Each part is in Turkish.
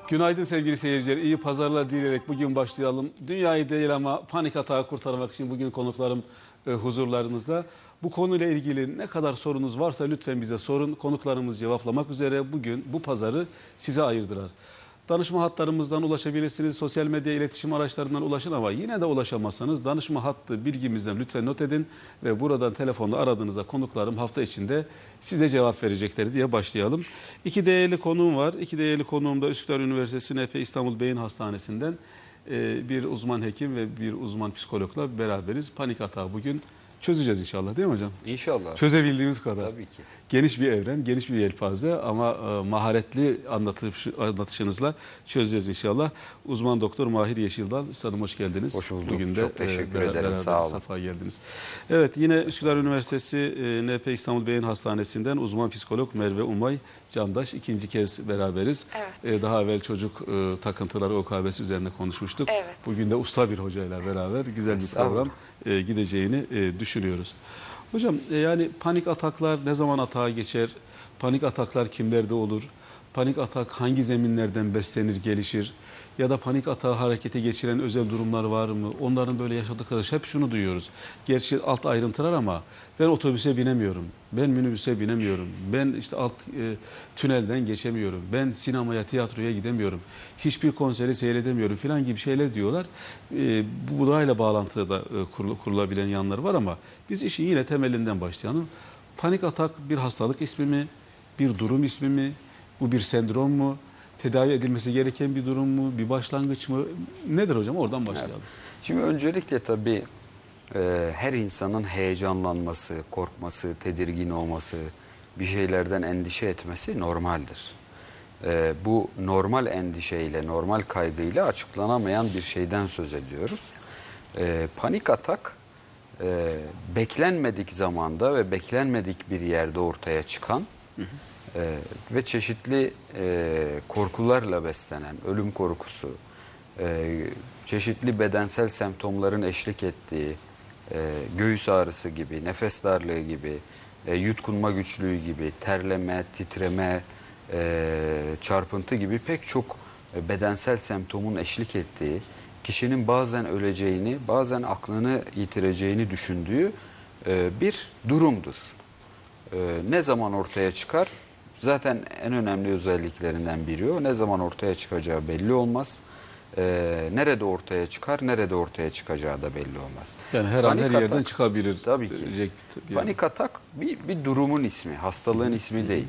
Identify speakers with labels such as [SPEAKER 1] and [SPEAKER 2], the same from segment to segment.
[SPEAKER 1] Günaydın sevgili seyirciler. İyi pazarlar dileyerek bugün başlayalım. Dünyayı değil ama panik atağı kurtarmak için bugün konuklarım huzurlarınızda. Bu konuyla ilgili ne kadar sorunuz varsa lütfen bize sorun. Konuklarımız cevaplamak üzere bugün bu pazarı size ayırdılar. Danışma hatlarımızdan ulaşabilirsiniz. Sosyal medya iletişim araçlarından ulaşın ama yine de ulaşamazsanız danışma hattı bilgimizden lütfen not edin. Ve buradan telefonla aradığınızda konuklarım hafta içinde size cevap verecekler diye başlayalım. İki değerli konuğum var. İki değerli konuğum da Üsküdar Üniversitesi NP İstanbul Beyin Hastanesi'nden bir uzman hekim ve bir uzman psikologla beraberiz. Panik atağı bugün çözeceğiz inşallah, değil mi hocam?
[SPEAKER 2] İnşallah.
[SPEAKER 1] Çözebildiğimiz kadar.
[SPEAKER 2] Tabii ki.
[SPEAKER 1] Geniş bir evren, geniş bir yelpaze ama maharetli anlatışınızla çözeceğiz inşallah. Uzman doktor Mahir Yeşildal. Üstadım hoş geldiniz.
[SPEAKER 2] Hoş bulduk.
[SPEAKER 1] Bugün de,
[SPEAKER 2] çok teşekkür ederim. Sağ olun.
[SPEAKER 1] Safa geldiniz. Evet, yine Üsküdar Üniversitesi NP İstanbul Beyin Hastanesi'nden uzman psikolog Merve Umay Candaş. İkinci kez beraberiz.
[SPEAKER 3] Evet.
[SPEAKER 1] Daha evvel çocuk takıntıları OKB'si üzerine konuşmuştuk.
[SPEAKER 3] Evet.
[SPEAKER 1] Bugün de usta bir hocayla beraber güzel bir program gideceğini düşünüyoruz. Hocam yani panik ataklar ne zaman atağa geçer? Panik ataklar kimlerde olur? Panik atak hangi zeminlerden beslenir, gelişir? Ya da panik atağı harekete geçiren özel durumlar var mı? Onların böyle yaşadıkları hep şunu duyuyoruz. Gerçi alt ayrıntılar ama ben otobüse binemiyorum. Ben minibüse binemiyorum. Ben işte alt tünelden geçemiyorum. Ben sinemaya, tiyatroya gidemiyorum. Hiçbir konseri seyredemiyorum filan gibi şeyler diyorlar. Bu burayla bağlantıda da kurulabilen yanlar var ama biz işin yine temelinden başlayalım. Panik atak bir hastalık ismi mi? Bir durum ismi mi? Bu bir sendrom mu? Tedavi edilmesi gereken bir durum mu? Bir başlangıç mı? Nedir hocam? Oradan başlayalım.
[SPEAKER 2] Evet. Şimdi öncelikle tabii her insanın heyecanlanması, korkması, tedirgin olması, bir şeylerden endişe etmesi normaldir. Bu normal endişeyle, normal kaygıyla açıklanamayan bir şeyden söz ediyoruz. Panik atak beklenmedik zamanda ve beklenmedik bir yerde ortaya çıkan ve çeşitli korkularla beslenen, ölüm korkusu, çeşitli bedensel semptomların eşlik ettiği, göğüs ağrısı gibi, nefes darlığı gibi, yutkunma güçlüğü gibi, terleme, titreme, çarpıntı gibi pek çok bedensel semptomun eşlik ettiği, kişinin bazen öleceğini, bazen aklını yitireceğini düşündüğü bir durumdur. Ne zaman ortaya çıkar? Zaten en önemli özelliklerinden biri o. Ne zaman ortaya çıkacağı belli olmaz. Nerede ortaya çıkar, nerede ortaya çıkacağı da belli olmaz.
[SPEAKER 1] Yani her an her yerden çıkabilir.
[SPEAKER 2] Tabii ki.
[SPEAKER 1] Yani.
[SPEAKER 2] Panik atak bir durumun ismi, hastalığın ismi değil.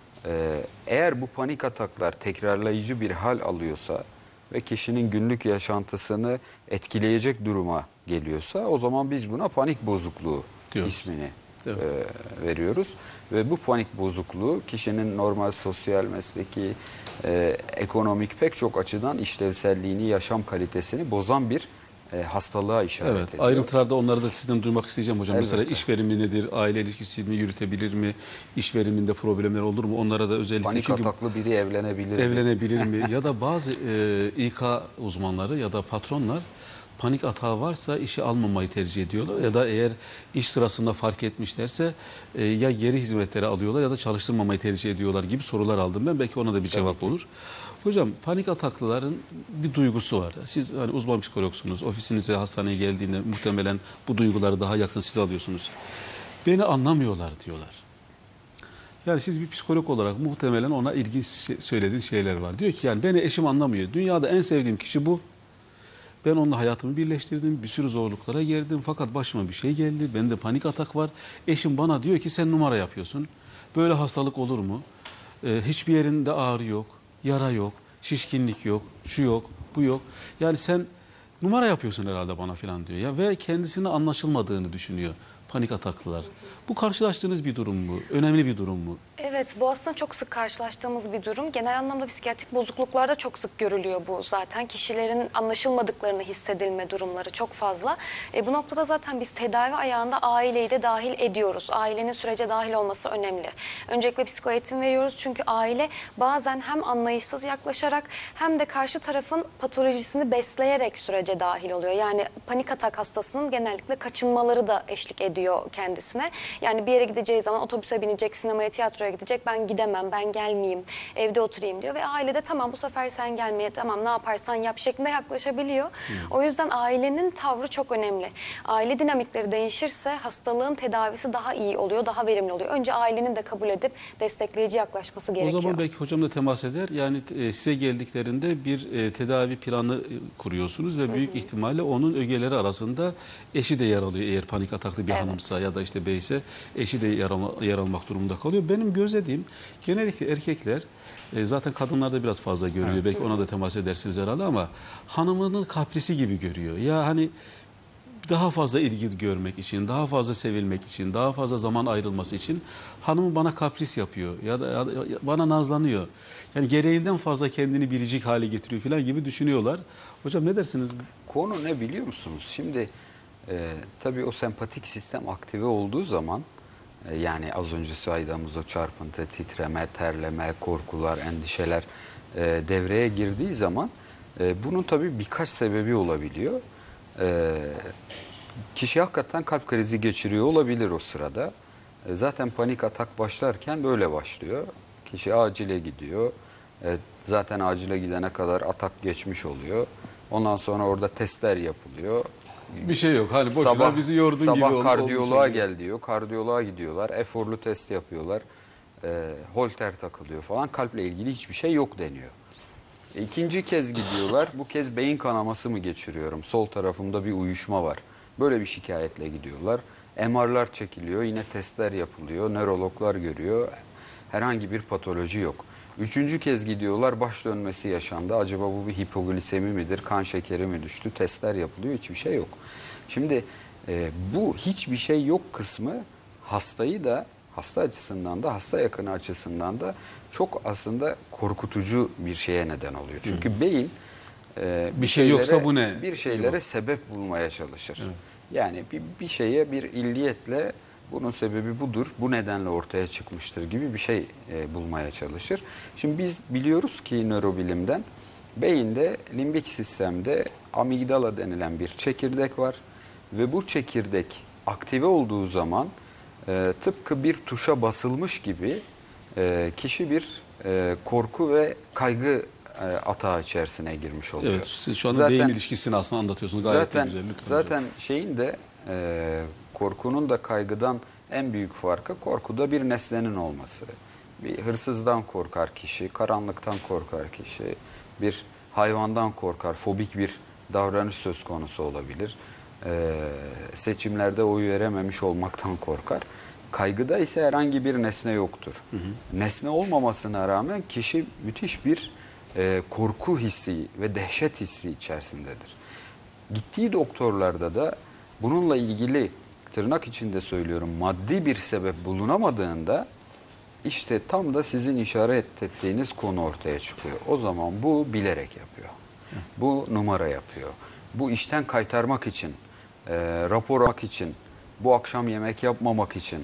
[SPEAKER 2] Eğer bu panik ataklar tekrarlayıcı bir hal alıyorsa ve kişinin günlük yaşantısını etkileyecek duruma geliyorsa o zaman biz buna panik bozukluğu ismini veriyoruz. Ve bu panik bozukluğu kişinin normal sosyal, mesleki, ekonomik pek çok açıdan işlevselliğini, yaşam kalitesini bozan bir hastalığa işaret ediyor.
[SPEAKER 1] Ayrıntılarda onları da sizden duymak isteyeceğim hocam.
[SPEAKER 2] Elbette.
[SPEAKER 1] Mesela iş verimi nedir? Aile ilişkisini yürütebilir mi? İş veriminde problemler olur mu? Onlara da özellikle...
[SPEAKER 2] Panik ataklı biri evlenebilir
[SPEAKER 1] mi? Ya da bazı İK uzmanları ya da patronlar panik atağı varsa işi almamayı tercih ediyorlar. Ya da eğer iş sırasında fark etmişlerse ya geri hizmetleri alıyorlar ya da çalıştırmamayı tercih ediyorlar gibi sorular aldım ben. Belki ona da bir cevap olur. Hocam panik ataklıların bir duygusu var. Siz hani uzman psikologsunuz. Ofisinize, hastaneye geldiğinde muhtemelen bu duyguları daha yakın siz alıyorsunuz. Beni anlamıyorlar diyorlar. Yani siz bir psikolog olarak muhtemelen ona ilginç söylediğiniz şeyler var. Diyor ki yani beni eşim anlamıyor. Dünyada en sevdiğim kişi bu. Ben onunla hayatımı birleştirdim. Bir sürü zorluklara girdim. Fakat başıma bir şey geldi. Bende panik atak var. Eşim bana diyor ki sen numara yapıyorsun. Böyle hastalık olur mu? Hiçbir yerinde ağrı yok. Yara yok. Şişkinlik yok. Şu yok. Bu yok. Yani sen numara yapıyorsun herhalde bana falan diyor. Ya ve kendisine anlaşılmadığını düşünüyor panik ataklılar. Bu karşılaştığınız bir durum mu? Önemli bir durum mu?
[SPEAKER 3] Evet, bu aslında çok sık karşılaştığımız bir durum. Genel anlamda psikiyatrik bozukluklarda çok sık görülüyor bu zaten. Kişilerin anlaşılmadıklarını hissedilme durumları çok fazla. Bu noktada zaten biz tedavi ayağında aileyi de dahil ediyoruz. Ailenin sürece dahil olması önemli. Öncelikle psikoeğitim veriyoruz çünkü aile bazen hem anlayışsız yaklaşarak hem de karşı tarafın patolojisini besleyerek sürece dahil oluyor. Yani panik atak hastasının genellikle kaçınmaları da eşlik ediyor kendisine. Yani bir yere gideceği zaman otobüse binecek, sinemaya, tiyatroya doktora gidecek. Ben gidemem, ben gelmeyeyim, evde oturayım diyor. Ve ailede tamam bu sefer sen gelmeye, tamam ne yaparsan yap şeklinde yaklaşabiliyor. O yüzden ailenin tavrı çok önemli. Aile dinamikleri değişirse hastalığın tedavisi daha iyi oluyor, daha verimli oluyor. Önce ailenin de kabul edip destekleyici yaklaşması gerekiyor.
[SPEAKER 1] O zaman belki hocamla temas eder. Yani size geldiklerinde bir tedavi planı kuruyorsunuz ve büyük ihtimalle onun ögeleri arasında eşi de yer alıyor. Eğer panik ataklı bir
[SPEAKER 3] Evet.
[SPEAKER 1] hanımsa ya da işte beyse eşi de yer almak durumunda kalıyor. Benim gözlediğim genellikle erkekler zaten kadınlarda biraz fazla görüyor.
[SPEAKER 2] Evet.
[SPEAKER 1] Belki ona da temas edersiniz herhalde ama hanımının kaprisi gibi görüyor. Ya hani daha fazla ilgi görmek için, daha fazla sevilmek için, daha fazla zaman ayrılması için hanımı bana kapris yapıyor ya da bana nazlanıyor. Yani gereğinden fazla kendini biricik hale getiriyor falan gibi düşünüyorlar. Hocam ne dersiniz?
[SPEAKER 2] Konu ne biliyor musunuz? Şimdi tabii o sempatik sistem aktive olduğu zaman yani az önce saydığımız o çarpıntı, titreme, terleme, korkular, endişeler devreye girdiği zaman bunun tabii birkaç sebebi olabiliyor. Kişi hakikaten kalp krizi geçiriyor olabilir o sırada. Zaten panik atak başlarken böyle başlıyor. Kişi acile gidiyor. Zaten acile gidene kadar atak geçmiş oluyor. Ondan sonra orada testler yapılıyor.
[SPEAKER 1] Bir şey yok. Hani boşuna bizi yordun gibi
[SPEAKER 2] sabah kardiyoloğa
[SPEAKER 1] olmuş oluyor.
[SPEAKER 2] gel diyor. Kardiyoloğa gidiyorlar. Eforlu test yapıyorlar. Holter takılıyor falan. Kalple ilgili hiçbir şey yok deniyor. İkinci kez gidiyorlar. Bu kez beyin kanaması mı geçiriyorum? Sol tarafımda bir uyuşma var. Böyle bir şikayetle gidiyorlar. MR'lar çekiliyor. Yine testler yapılıyor. Nörologlar görüyor. Herhangi bir patoloji yok. Üçüncü kez gidiyorlar. Baş dönmesi yaşandı. Acaba bu bir hipoglisemi midir? Kan şekeri mi düştü? Testler yapılıyor. Hiçbir şey yok. Şimdi bu hiçbir şey yok kısmı hastayı da hasta açısından da hasta yakını açısından da çok aslında korkutucu bir şeye neden oluyor. Çünkü beyin
[SPEAKER 1] Bir şey yoksa bu ne?
[SPEAKER 2] bir şeylere sebep bulmaya çalışır. Evet. Yani bir şeye bir illiyetle bunun sebebi budur, bu nedenle ortaya çıkmıştır gibi bir şey bulmaya çalışır. Şimdi biz biliyoruz ki nörobilimden beyinde limbik sistemde amigdala denilen bir çekirdek var ve bu çekirdek aktive olduğu zaman tıpkı bir tuşa basılmış gibi kişi bir korku ve kaygı atağı içerisine girmiş oluyor.
[SPEAKER 1] Evet, siz şu anda beyin ilişkisini aslında anlatıyorsunuz. Gayet de güzel. Lütfen
[SPEAKER 2] zaten şeyin de korkunun da kaygıdan en büyük farkı korkuda bir nesnenin olması. Bir hırsızdan korkar kişi, karanlıktan korkar kişi, bir hayvandan korkar, fobik bir davranış söz konusu olabilir. Seçimlerde oy verememiş olmaktan korkar. Kaygıda ise herhangi bir nesne yoktur. Hı hı. Nesne olmamasına rağmen kişi müthiş bir korku hissi ve dehşet hissi içerisindedir. Gittiği doktorlarda da bununla ilgili tırnak içinde söylüyorum maddi bir sebep bulunamadığında işte tam da sizin işaret ettiğiniz konu ortaya çıkıyor. O zaman bu bilerek yapıyor. Bu numara yapıyor. Bu işten kaytarmak için, rapor almak için, bu akşam yemek yapmamak için,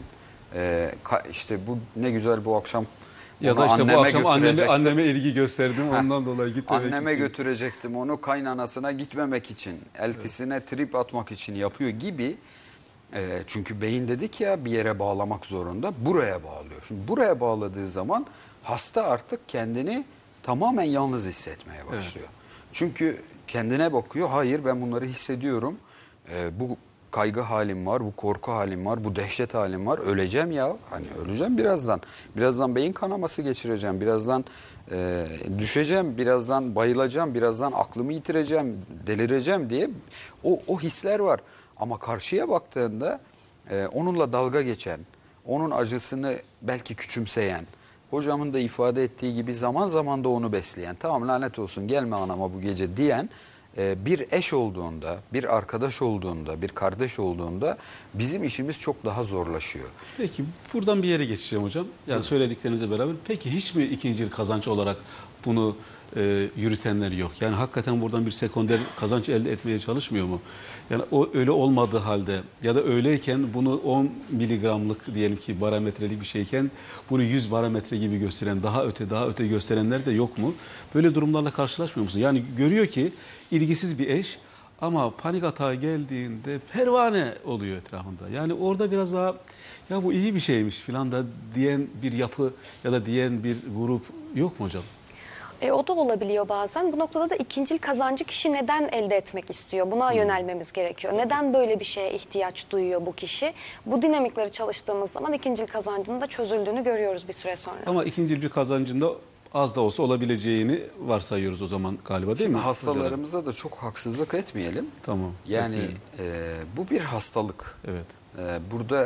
[SPEAKER 2] işte bu ne güzel bu akşam
[SPEAKER 1] ya da işte bu akşam anneme ilgi gösterdim ondan dolayı gitmemek için.
[SPEAKER 2] Anneme götürecektim onu kaynanasına gitmemek için, eltisine trip atmak için yapıyor gibi. Çünkü beyin dedik ya bir yere bağlamak zorunda, buraya bağlıyor. Şimdi buraya bağladığı zaman hasta artık kendini tamamen yalnız hissetmeye başlıyor. Evet. Çünkü kendine bakıyor, hayır ben bunları hissediyorum, bu kaygı halim var, bu korku halim var, bu dehşet halim var, öleceğim ya, hani öleceğim birazdan beyin kanaması geçireceğim, birazdan düşeceğim, birazdan bayılacağım, birazdan aklımı yitireceğim, delireceğim diye o hisler var. Ama karşıya baktığında onunla dalga geçen, onun acısını belki küçümseyen, hocamın da ifade ettiği gibi zaman zaman da onu besleyen, tamam lanet olsun gelme anama bu gece diyen bir eş olduğunda, bir arkadaş olduğunda, bir kardeş olduğunda bizim işimiz çok daha zorlaşıyor.
[SPEAKER 1] Peki buradan bir yere geçeceğim hocam. Yani söylediklerinizle beraber. Peki hiç mi ikinci kazanç olarak bunu yürütenler yok? Yani hakikaten buradan bir sekonder kazanç elde etmeye çalışmıyor mu? Yani o öyle olmadığı halde ya da öyleyken bunu 10 miligramlık diyelim ki barometrelik bir şeyken bunu 100 barometre gibi gösteren daha öte gösterenler de yok mu? Böyle durumlarla karşılaşmıyor musun? Yani görüyor ki ilgisiz bir eş Ama panik atağı geldiğinde pervane oluyor etrafında. Yani orada biraz daha ya bu iyi bir şeymiş falan da diyen bir yapı ya da diyen bir grup yok mu hocam?
[SPEAKER 3] O da olabiliyor bazen. Bu noktada da ikincil kazancı kişi neden elde etmek istiyor? Buna yönelmemiz gerekiyor. Neden böyle bir şeye ihtiyaç duyuyor bu kişi? Bu dinamikleri çalıştığımız zaman ikincil kazancının da çözüldüğünü görüyoruz bir süre sonra.
[SPEAKER 1] Ama ikinci bir kazancında az da olsa olabileceğini varsayıyoruz o zaman galiba, değil mi?
[SPEAKER 2] Hastalarımıza da çok haksızlık etmeyelim.
[SPEAKER 1] Tamam.
[SPEAKER 2] Yani
[SPEAKER 1] etmeyelim.
[SPEAKER 2] bu bir hastalık.
[SPEAKER 1] Evet.
[SPEAKER 2] Burada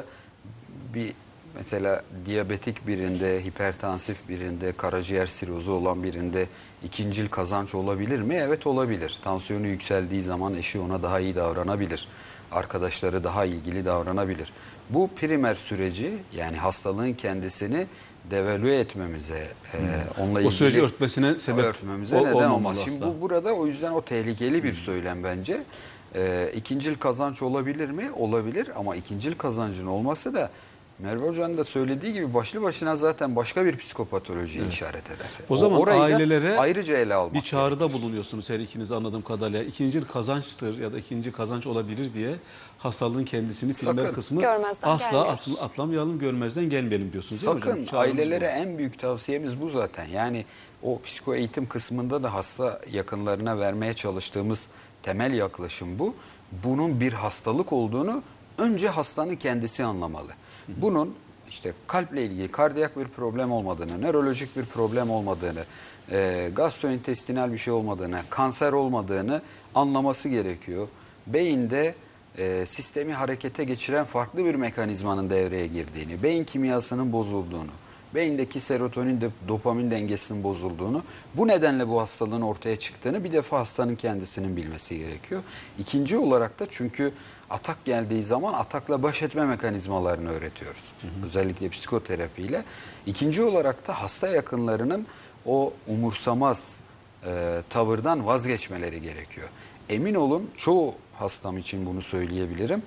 [SPEAKER 2] bir mesela diyabetik birinde, hipertansif birinde, karaciğer sirozu olan birinde ikincil kazanç olabilir mi? Evet, olabilir. Tansiyonu yükseldiği zaman eşi ona daha iyi davranabilir. Arkadaşları daha ilgili davranabilir. Bu primer süreci, yani hastalığın kendisini devalüe etmemize, onunla ilgili
[SPEAKER 1] O süreci örtmesine sebep
[SPEAKER 2] örtmemize neden olmaz. Şimdi
[SPEAKER 1] asla.
[SPEAKER 2] bu burada o yüzden o tehlikeli bir söylem bence. İkincil kazanç olabilir mi? Olabilir, ama ikincil kazancın olması da Merve Hoca'nın da söylediği gibi başlı başına zaten başka bir psikopatolojiye işaret eder.
[SPEAKER 1] O zaman
[SPEAKER 2] orayı da
[SPEAKER 1] ailelere
[SPEAKER 2] ayrıca ele almak
[SPEAKER 1] bir çağrıda
[SPEAKER 2] gerekir.
[SPEAKER 1] bulunuyorsunuz her ikiniz, anladığım kadarıyla. İkincil kazançtır ya da ikinci kazanç olabilir diye hastalığın kendisini primer
[SPEAKER 2] Sakın.
[SPEAKER 1] kısmı
[SPEAKER 3] Görmezden
[SPEAKER 1] asla
[SPEAKER 3] gelmiyoruz.
[SPEAKER 1] atlamayalım, görmezden gelmeyelim diyorsunuz, değil mi hocam?
[SPEAKER 2] Sakın,
[SPEAKER 1] Çağrımız bu.
[SPEAKER 2] ailelere en büyük tavsiyemiz bu zaten. Yani o psiko eğitim kısmında da hasta yakınlarına vermeye çalıştığımız temel yaklaşım bu. Bunun bir hastalık olduğunu önce hastanın kendisi anlamalı. Bunun işte kalple ilgili kardiyak bir problem olmadığını, nörolojik bir problem olmadığını, gastrointestinal bir şey olmadığını, kanser olmadığını anlaması gerekiyor. Beyinde sistemi harekete geçiren farklı bir mekanizmanın devreye girdiğini, beyin kimyasının bozulduğunu, beyindeki serotonin de dopamin dengesinin bozulduğunu, bu nedenle bu hastalığın ortaya çıktığını bir defa hastanın kendisinin bilmesi gerekiyor. İkinci olarak da çünkü atak geldiği zaman atakla baş etme mekanizmalarını öğretiyoruz. Özellikle psikoterapiyle. İkinci olarak da hasta yakınlarının o umursamaz tavırdan vazgeçmeleri gerekiyor. Emin olun, çoğu hastam için bunu söyleyebilirim.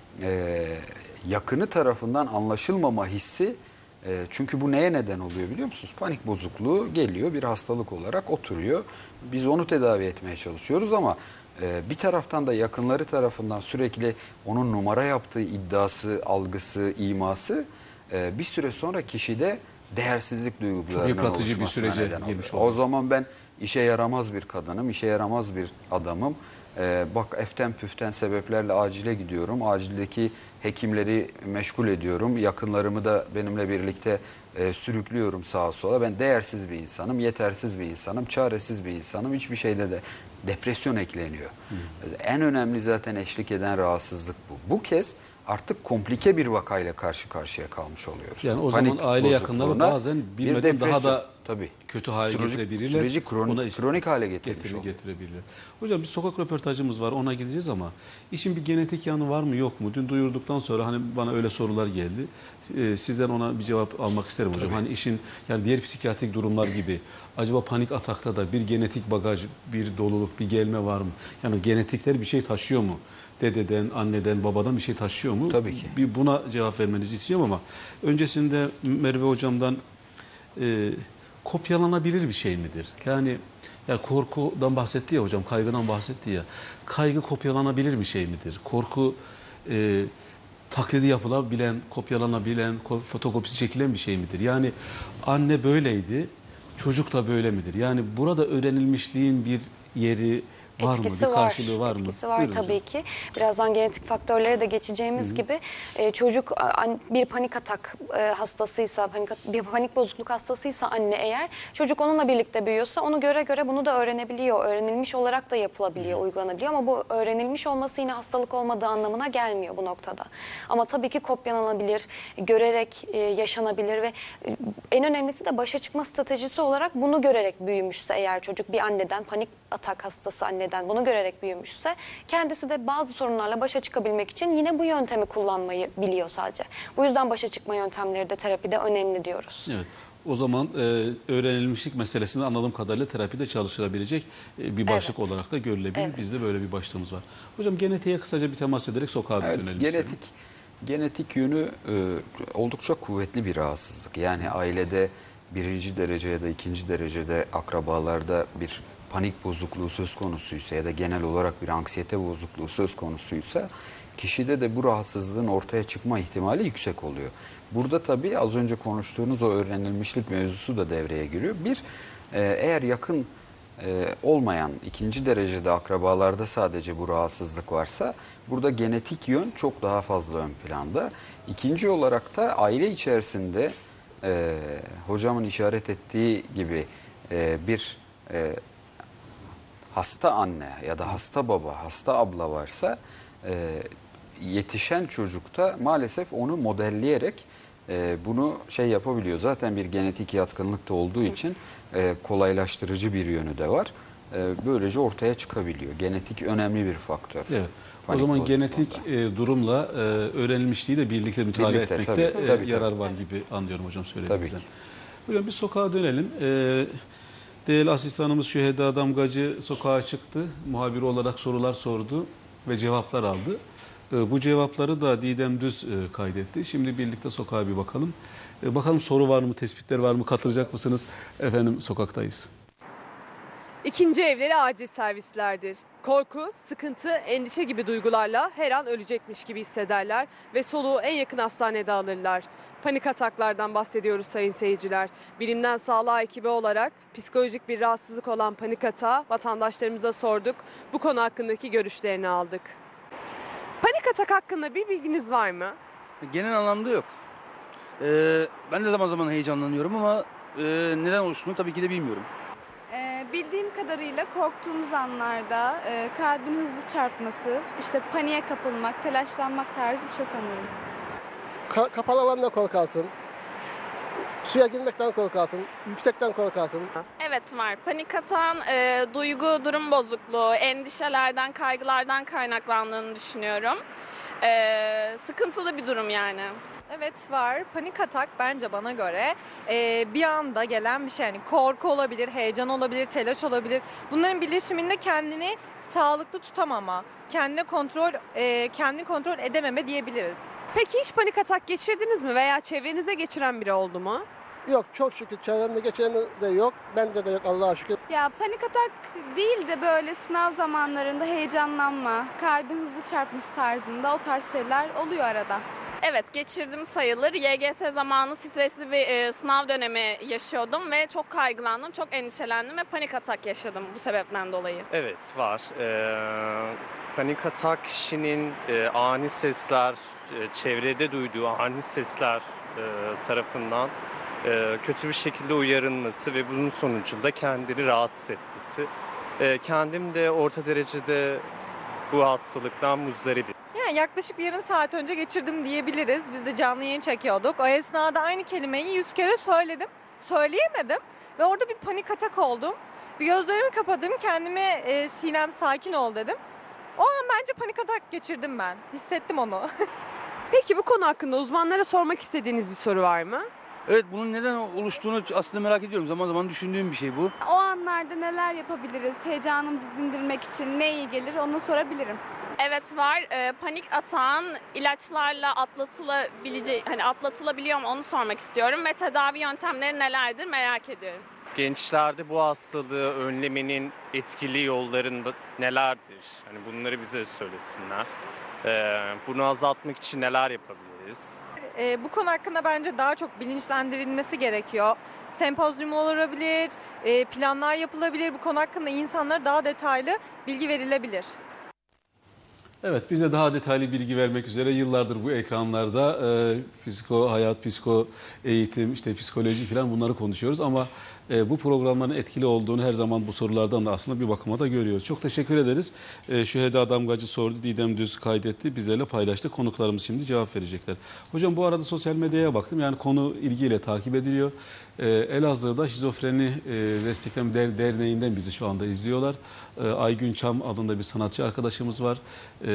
[SPEAKER 2] Yakını tarafından anlaşılmama hissi, çünkü bu neye neden oluyor biliyor musunuz? Panik bozukluğu geliyor, bir hastalık olarak oturuyor. Biz onu tedavi etmeye çalışıyoruz ama bir taraftan da yakınları tarafından sürekli onun numara yaptığı iddiası, algısı, iması bir süre sonra kişide değersizlik duygularının
[SPEAKER 1] yıpratıcı bir
[SPEAKER 2] oluşmasına
[SPEAKER 1] sürece
[SPEAKER 2] neden oluyor.
[SPEAKER 1] girmiş oluyor.
[SPEAKER 2] O zaman ben işe yaramaz bir kadınım, işe yaramaz bir adamım. Bak, eften püften sebeplerle acile gidiyorum. Acildeki hekimleri meşgul ediyorum. Yakınlarımı da benimle birlikte sürüklüyorum sağa sola. Ben değersiz bir insanım, yetersiz bir insanım, çaresiz bir insanım. Hiçbir şeyde de depresyon ekleniyor. En önemli zaten eşlik eden rahatsızlık bu. Bu kez artık komplike bir vakayla karşı karşıya kalmış oluyoruz.
[SPEAKER 1] Yani o
[SPEAKER 2] Panik
[SPEAKER 1] zaman aile yakınları
[SPEAKER 2] bozukluğuna
[SPEAKER 1] bazen
[SPEAKER 2] bir
[SPEAKER 1] bilmeden daha
[SPEAKER 2] depresyon,
[SPEAKER 1] da
[SPEAKER 2] tabii,
[SPEAKER 1] kötü hale getirebilirler.
[SPEAKER 2] Süreci
[SPEAKER 1] Ona
[SPEAKER 2] kronik hale getirmiş oluyor.
[SPEAKER 1] getirebilirler. Hocam bir sokak röportajımız var, ona gideceğiz ama işin bir genetik yanı var mı yok mu? Dün duyurduktan sonra hani bana öyle sorular geldi. Sizden ona bir cevap almak isterim hocam.
[SPEAKER 2] Tabii.
[SPEAKER 1] Hani işin, yani diğer psikiyatrik durumlar gibi acaba panik atakta da bir genetik bagaj, bir doluluk, bir gelme var mı? Yani genetikler bir şey taşıyor mu? Dededen, anneden, babadan bir şey taşıyor mu?
[SPEAKER 2] Tabii ki.
[SPEAKER 1] Bir buna cevap vermenizi istiyorum ama öncesinde Merve hocamdan kopyalanabilir bir şey midir? Yani korkudan bahsetti ya hocam, kaygıdan bahsetti ya. Kaygı kopyalanabilir bir şey midir? Korku taklidi yapılabilen, kopyalanabilen, fotokopisi çekilen bir şey midir? Yani anne böyleydi, çocuk da böyle midir? Yani burada öğrenilmişliğin bir yeri var mı? Bir karşılığı var mı?
[SPEAKER 3] Etkisi var
[SPEAKER 1] Buyurun
[SPEAKER 3] tabii
[SPEAKER 1] hocam.
[SPEAKER 3] ki. Birazdan genetik faktörlere de geçeceğimiz gibi çocuk bir panik atak hastasıysa, bir panik bozukluk hastasıysa anne, eğer çocuk onunla birlikte büyüyorsa onu göre göre bunu da öğrenebiliyor. Öğrenilmiş olarak da yapılabiliyor, uygulanabiliyor ama bu öğrenilmiş olması yine hastalık olmadığı anlamına gelmiyor bu noktada. Ama tabii ki kopyalanabilir, görerek yaşanabilir ve en önemlisi de başa çıkma stratejisi olarak bunu görerek büyümüşse eğer çocuk, bir anneden, panik atak hastası anneden bunu görerek büyümüşse, kendisi de bazı sorunlarla başa çıkabilmek için yine bu yöntemi kullanmayı biliyor sadece. Bu yüzden başa çıkma yöntemleri de terapide önemli diyoruz.
[SPEAKER 1] Evet. O zaman öğrenilmişlik meselesini anladığım kadarıyla terapide çalışılabilecek bir başlık
[SPEAKER 3] Evet.
[SPEAKER 1] olarak da görülebilir.
[SPEAKER 3] Evet.
[SPEAKER 1] Bizde böyle bir başlığımız var. Hocam genetiğe kısaca bir temas ederek sokağa
[SPEAKER 2] Evet,
[SPEAKER 1] dönelim isterim.
[SPEAKER 2] genetik yönü oldukça kuvvetli bir rahatsızlık. Yani ailede birinci derece ya da ikinci derecede akrabalarda bir panik bozukluğu söz konusuysa ya da genel olarak bir anksiyete bozukluğu söz konusuysa kişide de bu rahatsızlığın ortaya çıkma ihtimali yüksek oluyor. Burada tabii az önce konuştuğunuz o öğrenilmişlik mevzusu da devreye giriyor. Bir, eğer yakın olmayan ikinci derecede akrabalarda sadece bu rahatsızlık varsa burada genetik yön çok daha fazla ön planda. İkinci olarak da aile içerisinde hocamın işaret ettiği gibi bir hasta anne ya da hasta baba, hasta abla varsa yetişen çocukta maalesef onu modelleyerek bunu yapabiliyor. Zaten bir genetik yatkınlık da olduğu için kolaylaştırıcı bir yönü de var. Böylece ortaya çıkabiliyor. Genetik önemli bir faktör.
[SPEAKER 1] Evet. O
[SPEAKER 2] Panik
[SPEAKER 1] zaman
[SPEAKER 2] bozukluğunda.
[SPEAKER 1] genetik durumla öğrenilmişliği de birlikte mütalaa
[SPEAKER 2] Birlikte,
[SPEAKER 1] etmekte
[SPEAKER 2] tabii.
[SPEAKER 1] yarar var gibi anlıyorum hocam söylediğinizden.
[SPEAKER 2] Tabii ki.
[SPEAKER 1] Hocam bir sokağa dönelim. Değerli asistanımız Şüheda Damgacı sokağa çıktı. Muhabiri olarak sorular sordu ve cevaplar aldı. Bu cevapları da Didem Düz kaydetti. Şimdi birlikte sokağa bir bakalım. Bakalım soru var mı, tespitler var mı, katılacak mısınız? Efendim sokaktayız.
[SPEAKER 4] İkinci evleri acil servislerdir. Korku, sıkıntı, endişe gibi duygularla her an ölecekmiş gibi hissederler ve soluğu en yakın hastanede alırlar. Panik ataklardan bahsediyoruz sayın seyirciler. Bilimden sağlığa ekibi olarak psikolojik bir rahatsızlık olan panik atağı vatandaşlarımıza sorduk. Bu konu hakkındaki görüşlerini aldık. Panik atak hakkında bir bilginiz var mı?
[SPEAKER 5] Genel anlamda yok. Ben de zaman zaman heyecanlanıyorum ama neden oluştuğunu tabii ki de bilmiyorum.
[SPEAKER 6] Bildiğim kadarıyla korktuğumuz anlarda kalbin hızlı çarpması, işte paniğe kapılmak, telaşlanmak tarzı bir şey sanırım.
[SPEAKER 7] Kapalı alanda korkarsın. Suya girmekten korkarsın. Yüksekten korkarsın.
[SPEAKER 8] Evet var. Panik atağın duygu, durum bozukluğu, endişelerden, kaygılardan kaynaklandığını düşünüyorum. Sıkıntılı bir durum yani.
[SPEAKER 9] Evet var. Panik atak bence bana göre bir anda gelen bir şey. Yani korku olabilir, heyecan olabilir, telaş olabilir. Bunların birleşiminde kendini sağlıklı tutamama, kendini kontrol edememe diyebiliriz.
[SPEAKER 4] Peki hiç panik atak geçirdiniz mi veya çevrenize geçiren biri oldu mu?
[SPEAKER 7] Yok çok şükür çevremde geçen de yok. Bende de yok Allah'a şükür.
[SPEAKER 6] Ya panik atak değil de böyle sınav zamanlarında heyecanlanma, kalbin hızlı çarpması tarzında o tarz şeyler oluyor arada.
[SPEAKER 8] Evet geçirdim sayılır. YGS zamanı stresli bir sınav dönemi yaşıyordum ve çok kaygılandım, çok endişelendim ve panik atak yaşadım bu sebepten dolayı.
[SPEAKER 10] Evet var. Panik atak kişinin ani sesler, çevrede duyduğu ani sesler tarafından kötü bir şekilde uyarılması ve bunun sonucunda kendini rahatsız etmesi. Kendim de orta derecede bu hastalıktan muzdaribim.
[SPEAKER 9] Yani yaklaşık yarım saat önce geçirdim diyebiliriz. Biz de canlı yayın çekiyorduk. O esnada aynı kelimeyi 100 kere söyledim. Söyleyemedim ve orada bir panik atak oldum. Bir gözlerimi kapadım. Kendime Sinem sakin ol dedim. O an bence panik atak geçirdim ben. Hissettim onu.
[SPEAKER 4] Peki bu konu hakkında uzmanlara sormak istediğiniz bir soru var mı?
[SPEAKER 5] Evet, bunun neden oluştuğunu aslında merak ediyorum. Zaman zaman düşündüğüm bir şey bu.
[SPEAKER 6] O anlarda neler yapabiliriz, heyecanımızı dindirmek için ne iyi gelir onu sorabilirim.
[SPEAKER 8] Evet var. Panik atağın ilaçlarla atlatılabiliyor mu onu sormak istiyorum ve tedavi yöntemleri nelerdir merak ediyorum.
[SPEAKER 10] Gençlerde bu hastalığı önlemenin etkili yollarında nelerdir? Hani bunları bize söylesinler. Bunu azaltmak için neler yapabiliriz?
[SPEAKER 9] Bu konu hakkında bence daha çok bilinçlendirilmesi gerekiyor. Sempozyum olabilir, planlar yapılabilir. Bu konu hakkında insanlara daha detaylı bilgi verilebilir.
[SPEAKER 1] Evet, bize daha detaylı bilgi vermek üzere yıllardır bu ekranlarda psiko hayat, psiko eğitim, işte psikoloji falan bunları konuşuyoruz ama bu programların etkili olduğunu her zaman bu sorulardan da aslında bir bakıma da görüyoruz. Çok teşekkür ederiz. Şüheda Damgacı sordu, Didem Düz kaydetti, bizlerle paylaştı. Konuklarımız şimdi cevap verecekler. Hocam bu arada sosyal medyaya baktım, yani konu ilgiyle takip ediliyor. Elazığ'da Şizofreni Destekleme Derneği'nden bizi şu anda izliyorlar. Aygün Çam adında bir sanatçı arkadaşımız var.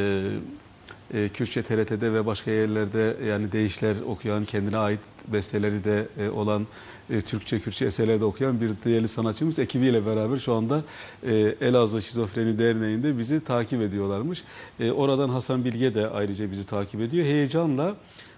[SPEAKER 1] Kürtçe TRT'de ve başka yerlerde yani deyişler okuyan, kendine ait besteleri de olan, Türkçe, Kürtçe eserlerde okuyan bir değerli sanatçımız ekibiyle beraber şu anda Elazığ Şizofreni Derneği'nde bizi takip ediyorlarmış. Oradan Hasan Bilge de ayrıca bizi takip ediyor. Heyecanla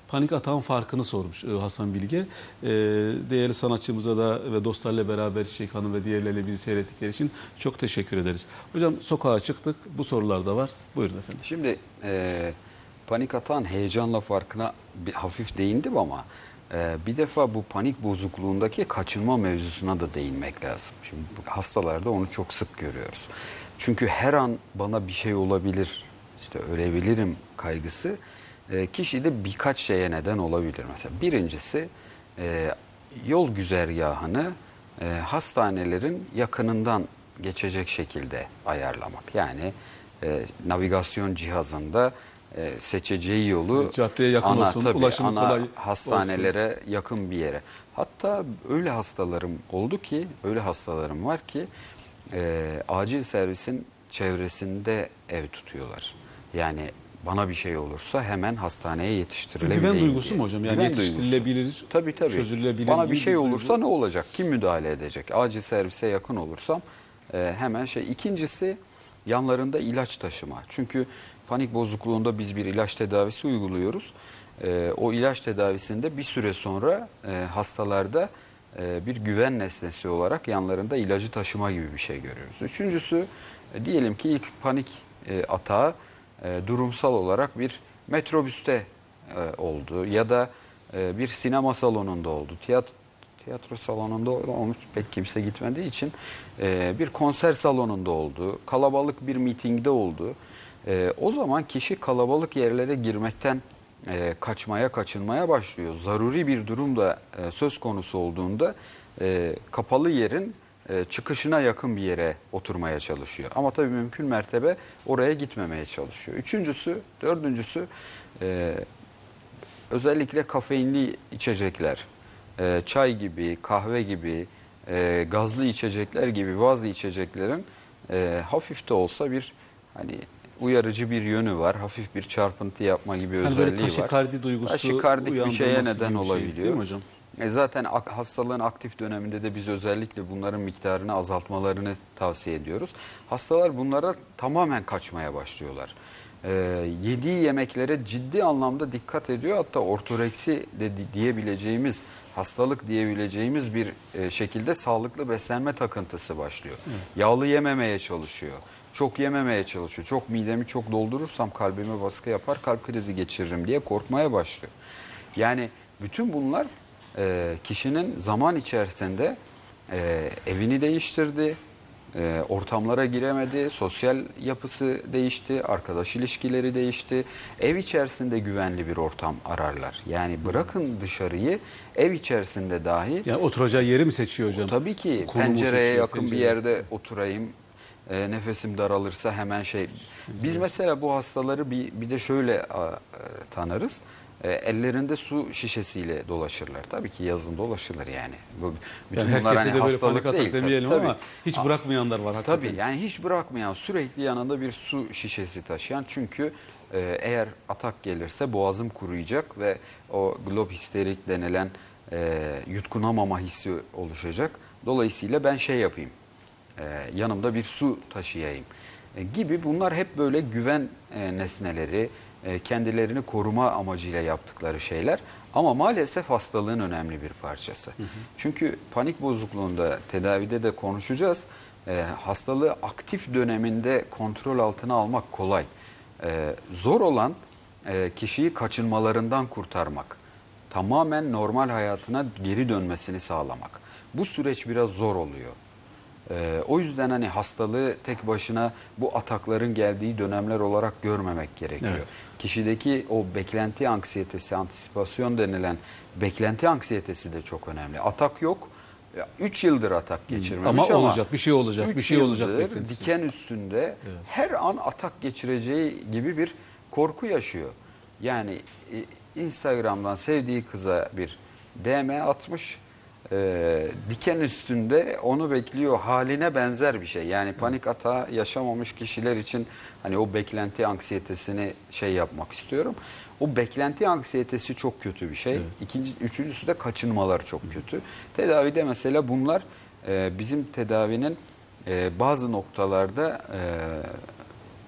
[SPEAKER 1] panik atağın farkını sormuş Hasan Bilge. Değerli sanatçımıza da ve dostlarla beraber Çiçek Hanım ve diğerleriyle bizi seyrettikleri için çok teşekkür ederiz. Hocam sokağa çıktık. Bu sorular da var. Buyurun efendim.
[SPEAKER 2] Şimdi panik atağın heyecanla farkına bir hafif değindim ama bir defa bu panik bozukluğundaki kaçınma mevzusuna da değinmek lazım. Şimdi hastalarda onu çok sık görüyoruz. Çünkü her an bana bir şey olabilir, işte ölebilirim kaygısı kişide birkaç şeye neden olabilir. Mesela birincisi yol güzergahını hastanelerin yakınından geçecek şekilde ayarlamak. Yani navigasyon cihazında seçeceği yolu
[SPEAKER 1] caddeye yakın olsun, ulaşımı kolay
[SPEAKER 2] hastanelere
[SPEAKER 1] olsun.
[SPEAKER 2] yakın bir yere. Hatta öyle hastalarım var ki acil servisin çevresinde ev tutuyorlar. Yani bana bir şey olursa hemen hastaneye yetiştirilebileyim
[SPEAKER 1] Güven
[SPEAKER 2] diye.
[SPEAKER 1] duygusu mu hocam? Yani
[SPEAKER 2] Güven
[SPEAKER 1] yetiştirilebilir,
[SPEAKER 2] duygusu. Tabii.
[SPEAKER 1] çözülebilir.
[SPEAKER 2] Bana bir şey olursa ne olacak? Kim müdahale edecek? Acil servise yakın olursam hemen İkincisi yanlarında ilaç taşıma. Çünkü panik bozukluğunda biz bir ilaç tedavisi uyguluyoruz. O ilaç tedavisinde bir süre sonra hastalarda bir güven nesnesi olarak yanlarında ilacı taşıma gibi bir şey görüyoruz. Üçüncüsü diyelim ki ilk panik atağı durumsal olarak bir metrobüste oldu ya da bir sinema salonunda oldu. Tiyatro salonunda olmuş, pek kimse gitmediği için bir konser salonunda oldu. Kalabalık bir mitingde oldu. O zaman kişi kalabalık yerlere girmekten kaçınmaya başlıyor. Zaruri bir durum da söz konusu olduğunda kapalı yerin çıkışına yakın bir yere oturmaya çalışıyor. Ama tabii mümkün mertebe oraya gitmemeye çalışıyor. Dördüncüsü özellikle kafeinli içecekler, çay gibi, kahve gibi, gazlı içecekler gibi bazı içeceklerin hafif de olsa bir uyarıcı bir yönü var. Hafif bir çarpıntı yapma gibi özelliği var.
[SPEAKER 1] Taşikardi duygusu
[SPEAKER 2] Taşikardik bir şeye neden
[SPEAKER 1] gibi
[SPEAKER 2] olabiliyor.
[SPEAKER 1] Değil mi hocam?
[SPEAKER 2] Zaten hastalığın aktif döneminde de biz özellikle bunların miktarını azaltmalarını tavsiye ediyoruz. Hastalar bunlara tamamen kaçmaya başlıyorlar. Yediği yemeklere ciddi anlamda dikkat ediyor. Hatta ortoreksi de diyebileceğimiz, hastalık diyebileceğimiz bir şekilde sağlıklı beslenme takıntısı başlıyor. Evet. Yağlı yememeye çalışıyor. Çok yememeye çalışıyor. Çok midemi çok doldurursam kalbime baskı yapar, kalp krizi geçiririm diye korkmaya başlıyor. Yani bütün bunlar kişinin zaman içerisinde evini değiştirdi, ortamlara giremedi, sosyal yapısı değişti, arkadaş ilişkileri değişti. Ev içerisinde güvenli bir ortam ararlar. Yani bırakın dışarıyı, ev içerisinde dahi.
[SPEAKER 1] Yani oturacağı yeri mi seçiyor hocam?
[SPEAKER 2] Tabii ki pencereye yakın bir yerde oturayım. Nefesim daralırsa hemen Biz mesela bu hastaları bir de şöyle tanırız. Ellerinde su şişesiyle dolaşırlar. Tabii ki yazın dolaşılır yani. Bütün bunlar hastalık değil.
[SPEAKER 1] Demeyelim ama hiç bırakmayanlar var hakikaten.
[SPEAKER 2] Tabii yani hiç bırakmayan, sürekli yanında bir su şişesi taşıyan. Çünkü eğer atak gelirse boğazım kuruyacak ve o glob histerik denilen yutkunamama hissi oluşacak. Dolayısıyla ben yapayım. Yanımda bir su taşıyayım gibi, bunlar hep böyle güven nesneleri, kendilerini koruma amacıyla yaptıkları şeyler. Ama maalesef hastalığın önemli bir parçası. Çünkü panik bozukluğunda tedavide de konuşacağız. Hastalığı aktif döneminde kontrol altına almak kolay. Zor olan kişiyi kaçınmalarından kurtarmak. Tamamen normal hayatına geri dönmesini sağlamak. Bu süreç biraz zor oluyor. O yüzden hastalığı tek başına bu atakların geldiği dönemler olarak görmemek gerekiyor. Evet. Kişideki o beklenti anksiyetesi, antisipasyon denilen beklenti anksiyetesi de çok önemli. Atak yok. 3 yıldır atak geçirmemiş ama
[SPEAKER 1] olacak, bir şey olacak, bir şey olacak.
[SPEAKER 2] Diken üstünde her an atak geçireceği gibi bir korku yaşıyor. Yani Instagram'dan sevdiği kıza bir DM atmış. Diken üstünde onu bekliyor, haline benzer bir şey. Yani panik atağı yaşamamış kişiler için o beklenti anksiyetesini yapmak istiyorum. O beklenti anksiyetesi çok kötü bir şey. Evet. Üçüncüsü de kaçınmalar çok kötü. Tedavide mesela bunlar bizim tedavinin bazı noktalarda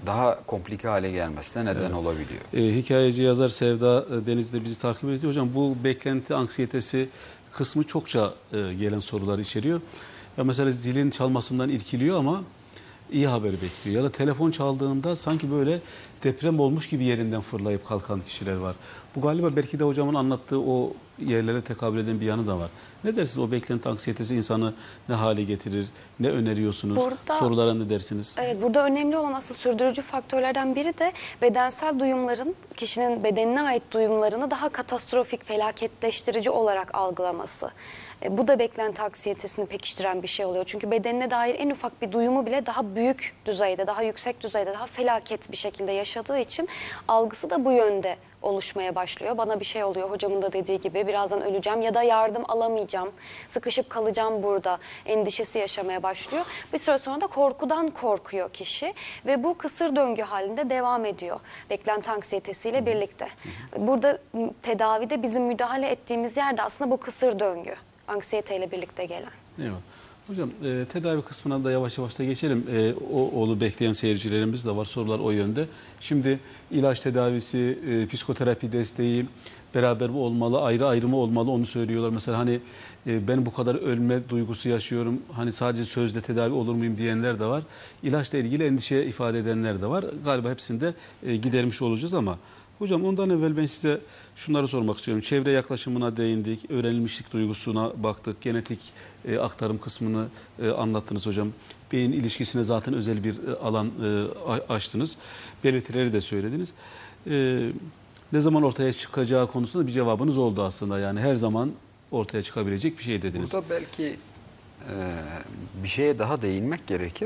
[SPEAKER 2] daha komplike hale gelmesine neden olabiliyor.
[SPEAKER 1] Hikayeci yazar Sevda Deniz de bizi takip ediyor. Hocam bu beklenti anksiyetesi kısmı çokça gelen sorular içeriyor. Ya mesela zilin çalmasından irkiliyor ama iyi haberi bekliyor. Ya da telefon çaldığında sanki böyle deprem olmuş gibi yerinden fırlayıp kalkan kişiler var. Bu galiba belki de hocamın anlattığı o yerlere tekabül eden bir yanı da var. Ne dersiniz? O beklenti anksiyetesi insanı ne hale getirir? Ne öneriyorsunuz? Sorulara ne dersiniz?
[SPEAKER 3] Evet, burada önemli olan aslında sürdürücü faktörlerden biri de bedensel duyumların, kişinin bedenine ait duyumlarını daha katastrofik, felaketleştirici olarak algılaması. Bu da beklenti anksiyetesini pekiştiren bir şey oluyor. Çünkü bedenine dair en ufak bir duyumu bile daha büyük düzeyde, daha yüksek düzeyde, daha felaket bir şekilde yaşadığı için algısı da bu yönde oluşmaya başlıyor. Bana bir şey oluyor, hocamın da dediği gibi birazdan öleceğim ya da yardım alamayacağım, sıkışıp kalacağım burada endişesi yaşamaya başlıyor. Bir süre sonra da korkudan korkuyor kişi ve bu kısır döngü halinde devam ediyor beklenti anksiyetesiyle birlikte. Burada tedavide bizim müdahale ettiğimiz yerde aslında bu kısır döngü, anksiyeteyle birlikte gelen.
[SPEAKER 1] Eyvallah. Hocam tedavi kısmına da yavaş yavaş da geçelim. Onu bekleyen seyircilerimiz de var. Sorular o yönde. Şimdi ilaç tedavisi, psikoterapi desteği beraber mi olmalı, ayrı ayrı mı olmalı onu söylüyorlar. Mesela hani ben bu kadar ölme duygusu yaşıyorum. Hani sadece sözle tedavi olur muyum diyenler de var. İlaçla ilgili endişe ifade edenler de var. Galiba hepsini de gidermiş olacağız ama hocam ondan evvel ben size şunları sormak istiyorum. Çevre yaklaşımına değindik, öğrenilmişlik duygusuna baktık, genetik aktarım kısmını anlattınız hocam. Beyin ilişkisine zaten özel bir alan açtınız. Belirtileri de söylediniz. Ne zaman ortaya çıkacağı konusunda bir cevabınız oldu aslında. Yani her zaman ortaya çıkabilecek bir şey dediniz.
[SPEAKER 2] Burada belki bir şeye daha değinmek gerekir.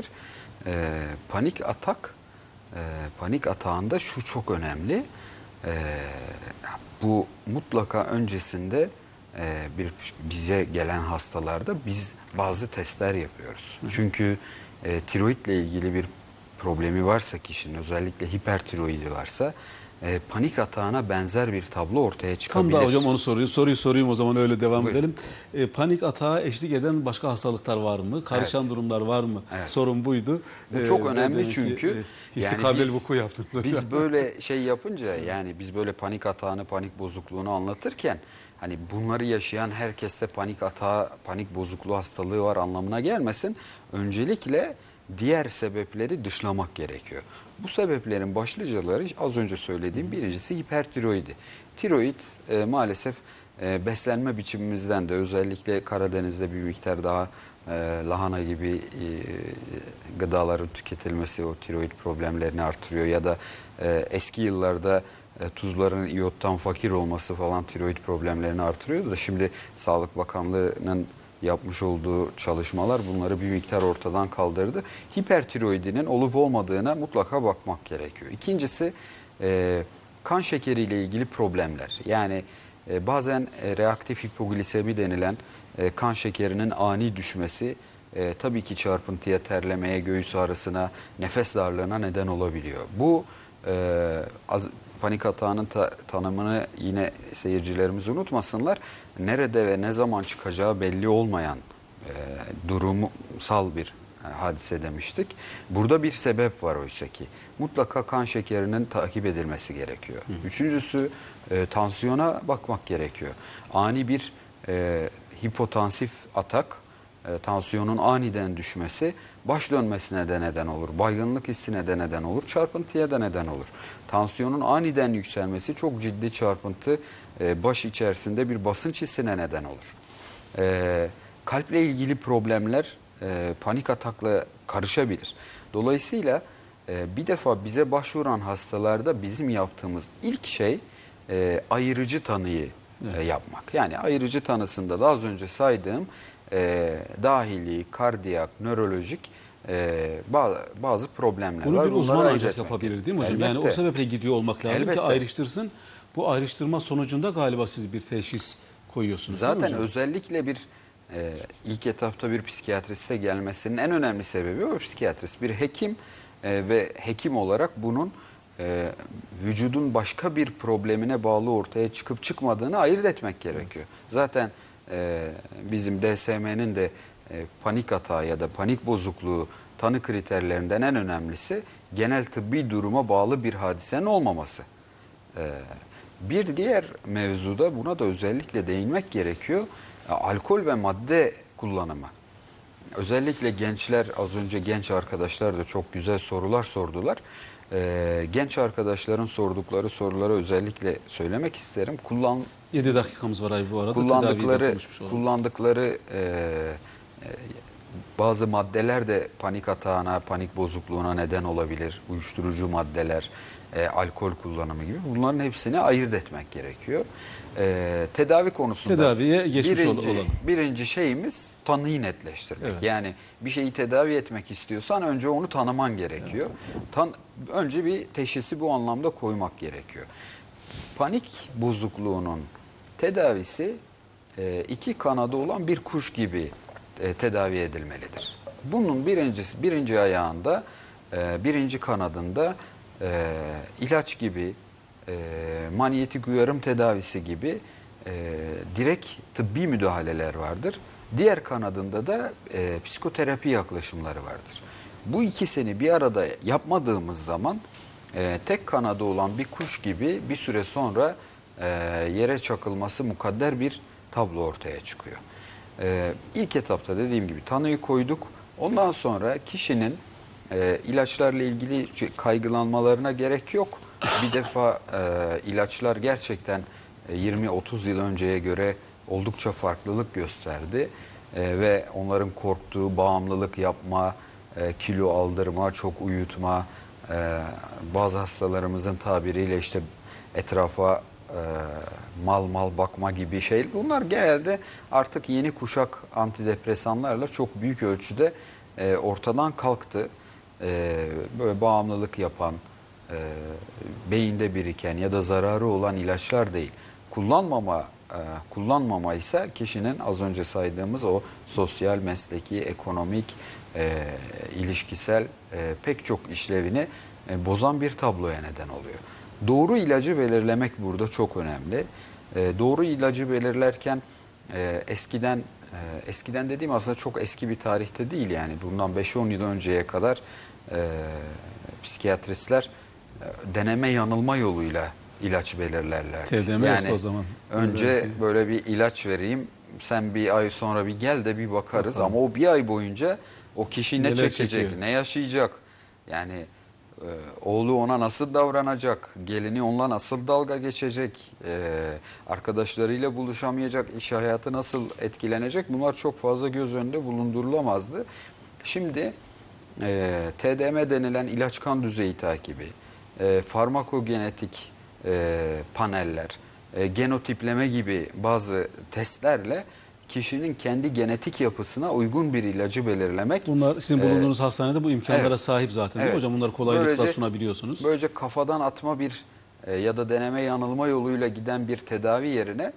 [SPEAKER 2] Panik atağında şu çok önemli. Bu mutlaka öncesinde bize gelen hastalarda biz bazı testler yapıyoruz. Çünkü tiroidle ilgili bir problemi varsa kişinin, özellikle hipertiroidi varsa panik atağına benzer bir tablo ortaya çıkabilir.
[SPEAKER 1] Tam da hocam onu soruyu sorayım o zaman öyle devam
[SPEAKER 2] Buyurun.
[SPEAKER 1] edelim. Panik atağa eşlik eden başka hastalıklar var mı? Karışan durumlar var mı? Sorun buydu.
[SPEAKER 2] Bu çok önemli çünkü
[SPEAKER 1] yani vuku yaptık.
[SPEAKER 2] Biz böyle şey yapınca, yani biz böyle panik atağını, panik bozukluğunu anlatırken hani bunları yaşayan herkeste panik atağı, panik bozukluğu hastalığı var anlamına gelmesin. Öncelikle diğer sebepleri dışlamak gerekiyor. Bu sebeplerin başlıcaları az önce söylediğim, birincisi hipertiroidi. Tiroid maalesef beslenme biçimimizden de, özellikle Karadeniz'de bir miktar daha lahana gibi gıdaların tüketilmesi o tiroid problemlerini artırıyor ya da eski yıllarda tuzların iyottan fakir olması falan tiroid problemlerini artırıyordu da şimdi Sağlık Bakanlığı'nın yapmış olduğu çalışmalar bunları bir miktar ortadan kaldırdı. Hipertiroidinin olup olmadığına mutlaka bakmak gerekiyor. İkincisi kan şekeriyle ilgili problemler. Yani bazen reaktif hipoglisemi denilen kan şekerinin ani düşmesi tabii ki çarpıntıya, terlemeye, göğüs ağrısına, nefes darlığına neden olabiliyor. Bu panik atağının tanımını yine seyircilerimiz unutmasınlar. Nerede ve ne zaman çıkacağı belli olmayan durumsal bir hadise demiştik. Burada bir sebep var oysa ki. Mutlaka kan şekerinin takip edilmesi gerekiyor. Üçüncüsü tansiyona bakmak gerekiyor. Ani bir hipotansif atak, tansiyonun aniden düşmesi baş dönmesine de neden olur. Baygınlık hissine de neden olur. Çarpıntıya da neden olur. Tansiyonun aniden yükselmesi çok ciddi çarpıntı, baş içerisinde bir basınç hissine neden olur. Kalple ilgili problemler panik atakla karışabilir. Dolayısıyla bir defa bize başvuran hastalarda bizim yaptığımız ilk şey ayırıcı tanıyı yapmak. Yani ayırıcı tanısında da az önce saydığım dahili, kardiyak, nörolojik bazı problemler
[SPEAKER 1] bunu
[SPEAKER 2] var.
[SPEAKER 1] bir uzman ancak yapabilir değil mi hocam?
[SPEAKER 2] Elbette.
[SPEAKER 1] Yani o sebeple gidiyor olmak lazım
[SPEAKER 2] Elbette.
[SPEAKER 1] ki ayrıştırsın. Bu ayrıştırma sonucunda galiba siz bir teşhis koyuyorsunuz.
[SPEAKER 2] Zaten özellikle bir ilk etapta bir psikiyatriste gelmesinin en önemli sebebi o psikiyatrist. Bir hekim ve hekim olarak bunun vücudun başka bir problemine bağlı ortaya çıkıp çıkmadığını ayırt etmek gerekiyor. Zaten bizim DSM'nin de panik atağı ya da panik bozukluğu tanı kriterlerinden en önemlisi genel tıbbi duruma bağlı bir hadisenin olmaması. Bir diğer mevzuda buna da özellikle değinmek gerekiyor. Alkol ve madde kullanımı. Özellikle gençler, az önce genç arkadaşlar da çok güzel sorular sordular. Genç arkadaşların sordukları sorulara özellikle söylemek isterim.
[SPEAKER 1] 7 dakikamız var abi bu arada. Tedaviyi de konuşmuş olalım.
[SPEAKER 2] Kullandıkları bazı maddeler de panik atağına, panik bozukluğuna neden olabilir. Uyuşturucu maddeler, alkol kullanımı gibi. Bunların hepsini ayırt etmek gerekiyor. Tedavi konusunda
[SPEAKER 1] tedaviye geçmiş olalım.
[SPEAKER 2] Birinci şeyimiz tanıyı netleştirmek.
[SPEAKER 1] Evet.
[SPEAKER 2] Yani bir şeyi tedavi etmek istiyorsan önce onu tanıman gerekiyor. Önce bir teşhisi bu anlamda koymak gerekiyor. Panik bozukluğunun tedavisi iki kanadı olan bir kuş gibi tedavi edilmelidir. Bunun birinci ayağında, birinci kanadında ilaç gibi, manyetik uyarım tedavisi gibi direkt tıbbi müdahaleler vardır. Diğer kanadında da psikoterapi yaklaşımları vardır. Bu ikisini bir arada yapmadığımız zaman tek kanadı olan bir kuş gibi bir süre sonra yere çakılması mukadder bir tablo ortaya çıkıyor. İlk etapta dediğim gibi tanıyı koyduk. Ondan sonra kişinin ilaçlarla ilgili kaygılanmalarına gerek yok. Bir defa ilaçlar gerçekten 20-30 yıl önceye göre oldukça farklılık gösterdi. Ve onların korktuğu bağımlılık yapma, kilo aldırma, çok uyutma, bazı hastalarımızın tabiriyle işte etrafa mal bakma gibi şey. Bunlar genelde artık yeni kuşak antidepresanlarla çok büyük ölçüde ortadan kalktı. Böyle bağımlılık yapan, beyinde biriken ya da zararı olan ilaçlar değil. Kullanmama ise kişinin az önce saydığımız o sosyal, mesleki, ekonomik, ilişkisel pek çok işlevini bozan bir tabloya neden oluyor. Doğru ilacı belirlemek burada çok önemli. Doğru ilacı belirlerken eskiden dediğim aslında çok eski bir tarihte değil, yani bundan 5-10 yıl önceye kadar psikiyatristler deneme yanılma yoluyla ilaç belirlerler.
[SPEAKER 1] TDM
[SPEAKER 2] yani
[SPEAKER 1] yok o zaman.
[SPEAKER 2] Önce böyle bir ilaç vereyim, sen bir ay sonra bir gel de bir bakarız. Ama o bir ay boyunca o kişi ne çekecek, ne yaşayacak? Yani oğlu ona nasıl davranacak, gelini onunla nasıl dalga geçecek, arkadaşlarıyla buluşamayacak, iş hayatı nasıl etkilenecek, bunlar çok fazla göz önünde bulundurulamazdı. Şimdi TDM denilen ilaç kan düzeyi takibi, farmakogenetik paneller, genotipleme gibi bazı testlerle kişinin kendi genetik yapısına uygun bir ilacı belirlemek.
[SPEAKER 1] Bunlar sizin bulunduğunuz hastanede bu imkanlara
[SPEAKER 2] evet,
[SPEAKER 1] sahip zaten değil mi
[SPEAKER 2] evet.
[SPEAKER 1] hocam? Bunları kolaylıkla sunabiliyorsunuz.
[SPEAKER 2] Böylece kafadan atma bir ya da deneme yanılma yoluyla giden bir tedavi yerine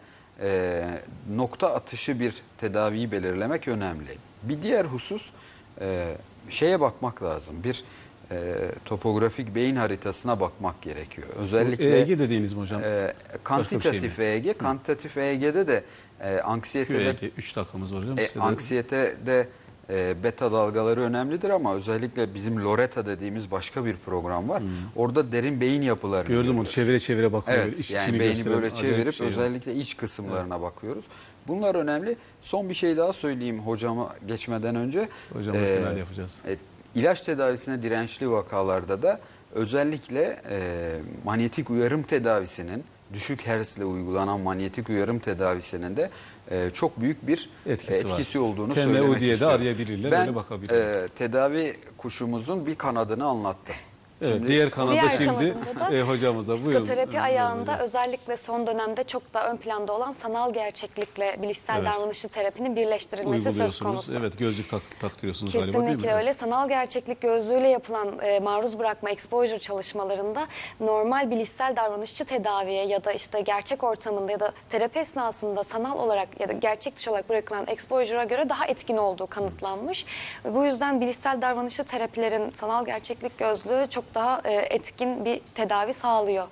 [SPEAKER 2] nokta atışı bir tedaviyi belirlemek önemli. Bir diğer husus şeye bakmak lazım. Bir topografik beyin haritasına bakmak gerekiyor. Özellikle
[SPEAKER 1] EEG dediğiniz mi hocam?
[SPEAKER 2] Kantitatif EEG. Kantitatif EEG'de de anksiyetede
[SPEAKER 1] 3 dakikamız var hocam.
[SPEAKER 2] anksiyetede beta dalgaları önemlidir ama özellikle bizim Loretta dediğimiz başka bir program var. Orada derin beyin yapılarını
[SPEAKER 1] gördüm onu,
[SPEAKER 2] görüyoruz.
[SPEAKER 1] çevire bakıyor.
[SPEAKER 2] Evet, yani beyni böyle çevirip özellikle iç kısımlarına bakıyoruz. Bunlar önemli. Son bir şey daha söyleyeyim hocama geçmeden önce.
[SPEAKER 1] Hocamla final yapacağız.
[SPEAKER 2] İlaç tedavisine dirençli vakalarda da özellikle manyetik uyarım tedavisinin, düşük hertzle uygulanan manyetik uyarım tedavisinin de çok büyük bir etkisi olduğunu söylemek
[SPEAKER 1] diye
[SPEAKER 2] istiyorum.
[SPEAKER 1] de arayabilirler,
[SPEAKER 2] ben
[SPEAKER 1] öyle bakabilirler.
[SPEAKER 2] Tedavi kuşumuzun bir kanadını anlattım.
[SPEAKER 1] Evet,
[SPEAKER 2] Şimdi,
[SPEAKER 1] diğer kanalda şimdi
[SPEAKER 3] da
[SPEAKER 1] hocamızla buyurun.
[SPEAKER 3] Psikoterapi ayağında özellikle son dönemde çok daha ön planda olan sanal gerçeklikle bilişsel davranışçı terapinin birleştirilmesi söz konusu.
[SPEAKER 1] Evet, gözlük taktırıyorsunuz galiba değil mi?
[SPEAKER 3] Kesinlikle öyle. Sanal gerçeklik gözlüğüyle yapılan maruz bırakma exposure çalışmalarında normal bilişsel davranışçı tedaviye ya da işte gerçek ortamında ya da terapi esnasında sanal olarak ya da gerçek dışı olarak bırakılan exposure'a göre daha etkin olduğu kanıtlanmış. Bu yüzden bilişsel davranışçı terapilerin sanal gerçeklik gözlüğü çok daha etkin bir tedavi sağlıyor.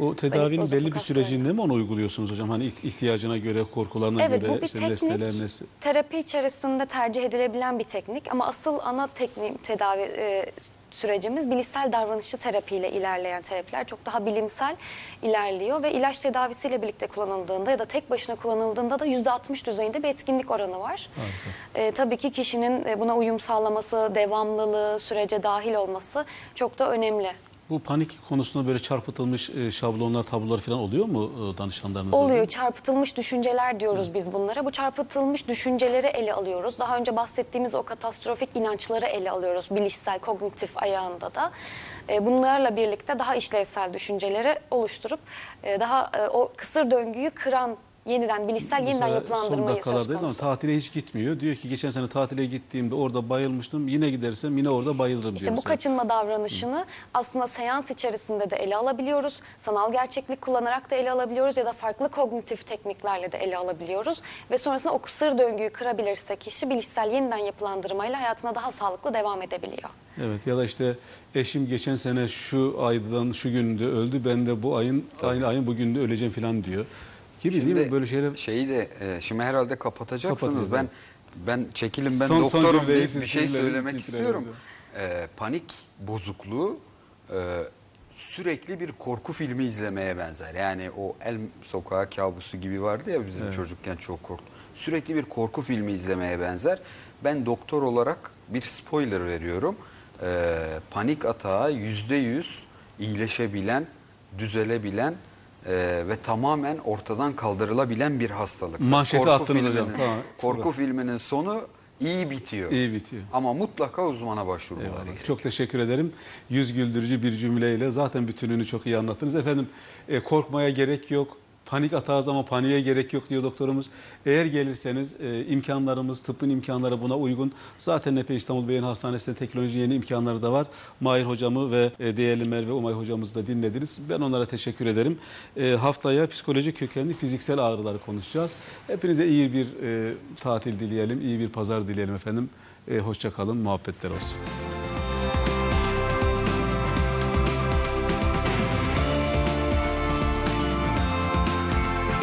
[SPEAKER 1] O tedavinin belli
[SPEAKER 3] bozukluk
[SPEAKER 1] bir
[SPEAKER 3] hastalarına.
[SPEAKER 1] sürecinde mi onu uyguluyorsunuz hocam? Hani ihtiyacına göre, korkularına
[SPEAKER 3] Evet,
[SPEAKER 1] göre,
[SPEAKER 3] bu bir
[SPEAKER 1] işte
[SPEAKER 3] teknik.
[SPEAKER 1] nesneler,
[SPEAKER 3] Terapi içerisinde tercih edilebilen bir teknik ama asıl ana tedavi sürecimiz bilişsel davranışçı terapiyle ilerleyen terapiler çok daha bilimsel ilerliyor ve ilaç tedavisiyle birlikte kullanıldığında ya da tek başına kullanıldığında da %60 düzeyinde bir etkinlik oranı var. Tabii ki kişinin buna uyum sağlaması, devamlılığı, sürece dahil olması çok da önemli.
[SPEAKER 1] Bu panik konusunda böyle çarpıtılmış şablonlar, tablolar falan oluyor mu danışanlarınızda?
[SPEAKER 3] Oluyor. Çarpıtılmış düşünceler diyoruz biz bunlara. Bu çarpıtılmış düşünceleri ele alıyoruz. Daha önce bahsettiğimiz o katastrofik inançları ele alıyoruz. Bilişsel, kognitif ayağında da. Bunlarla birlikte daha işlevsel düşünceleri oluşturup daha o kısır döngüyü kıran bilişsel yeniden
[SPEAKER 1] Son
[SPEAKER 3] yapılandırmayı söz
[SPEAKER 1] dakikalardayız ama
[SPEAKER 3] konusu.
[SPEAKER 1] tatile hiç gitmiyor. Diyor ki geçen sene tatile gittiğimde orada bayılmıştım. Yine gidersem yine orada bayılırım diyor.
[SPEAKER 3] İşte bu
[SPEAKER 1] mesela.
[SPEAKER 3] kaçınma davranışını aslında seans içerisinde de ele alabiliyoruz. Sanal gerçeklik kullanarak da ele alabiliyoruz ya da farklı kognitif tekniklerle de ele alabiliyoruz. Ve sonrasında o kısır döngüyü kırabilirse kişi bilişsel yeniden yapılandırmayla hayatına daha sağlıklı devam edebiliyor.
[SPEAKER 1] Evet, ya da işte eşim geçen sene şu aydan şu günde öldü. Ben de bu ayın aynı ayın bugün de öleceğim falan diyor. Gibi değil mi böyle şeyler?
[SPEAKER 2] Şeyi de şimdi herhalde kapatacaksınız.
[SPEAKER 1] Kapatacağız,
[SPEAKER 2] Ben çekilin, ben
[SPEAKER 1] Son
[SPEAKER 2] doktorum
[SPEAKER 1] cümleyi
[SPEAKER 2] deyip
[SPEAKER 1] siz
[SPEAKER 2] bir şey
[SPEAKER 1] titreyelim,
[SPEAKER 2] söylemek
[SPEAKER 1] titreyelim
[SPEAKER 2] istiyorum. Panik bozukluğu sürekli bir korku filmi izlemeye benzer. Yani o El Sokağı Kabusu gibi vardı ya bizim çocukken çok korktu. Sürekli bir korku filmi izlemeye benzer. Ben doktor olarak bir spoiler veriyorum. Panik atağı %100 iyileşebilen, düzelebilen ve tamamen ortadan kaldırılabilen bir hastalık.
[SPEAKER 1] Manşeti attınız hocam. Tamam.
[SPEAKER 2] Korku filminin sonu iyi bitiyor.
[SPEAKER 1] İyi bitiyor.
[SPEAKER 2] Ama mutlaka uzmana başvurmaları
[SPEAKER 1] Eyvallah.
[SPEAKER 2] gerekiyor.
[SPEAKER 1] Çok teşekkür ederim. Yüz güldürücü bir cümleyle zaten bütününü çok iyi anlattınız. Efendim korkmaya gerek yok. Panik atağı ama paniğe gerek yok diyor doktorumuz. Eğer gelirseniz imkanlarımız, tıbbın imkanları buna uygun. Zaten Nepe İstanbul Beyin Hastanesi'nde teknoloji yeni imkanları da var. Mahir hocamı ve değerli Merve Umay hocamızı da dinlediniz. Ben onlara teşekkür ederim. Haftaya psikolojik kökenli fiziksel ağrıları konuşacağız. Hepinize iyi bir tatil dileyelim, iyi bir pazar dileyelim efendim. Hoşça kalın, muhabbetler olsun.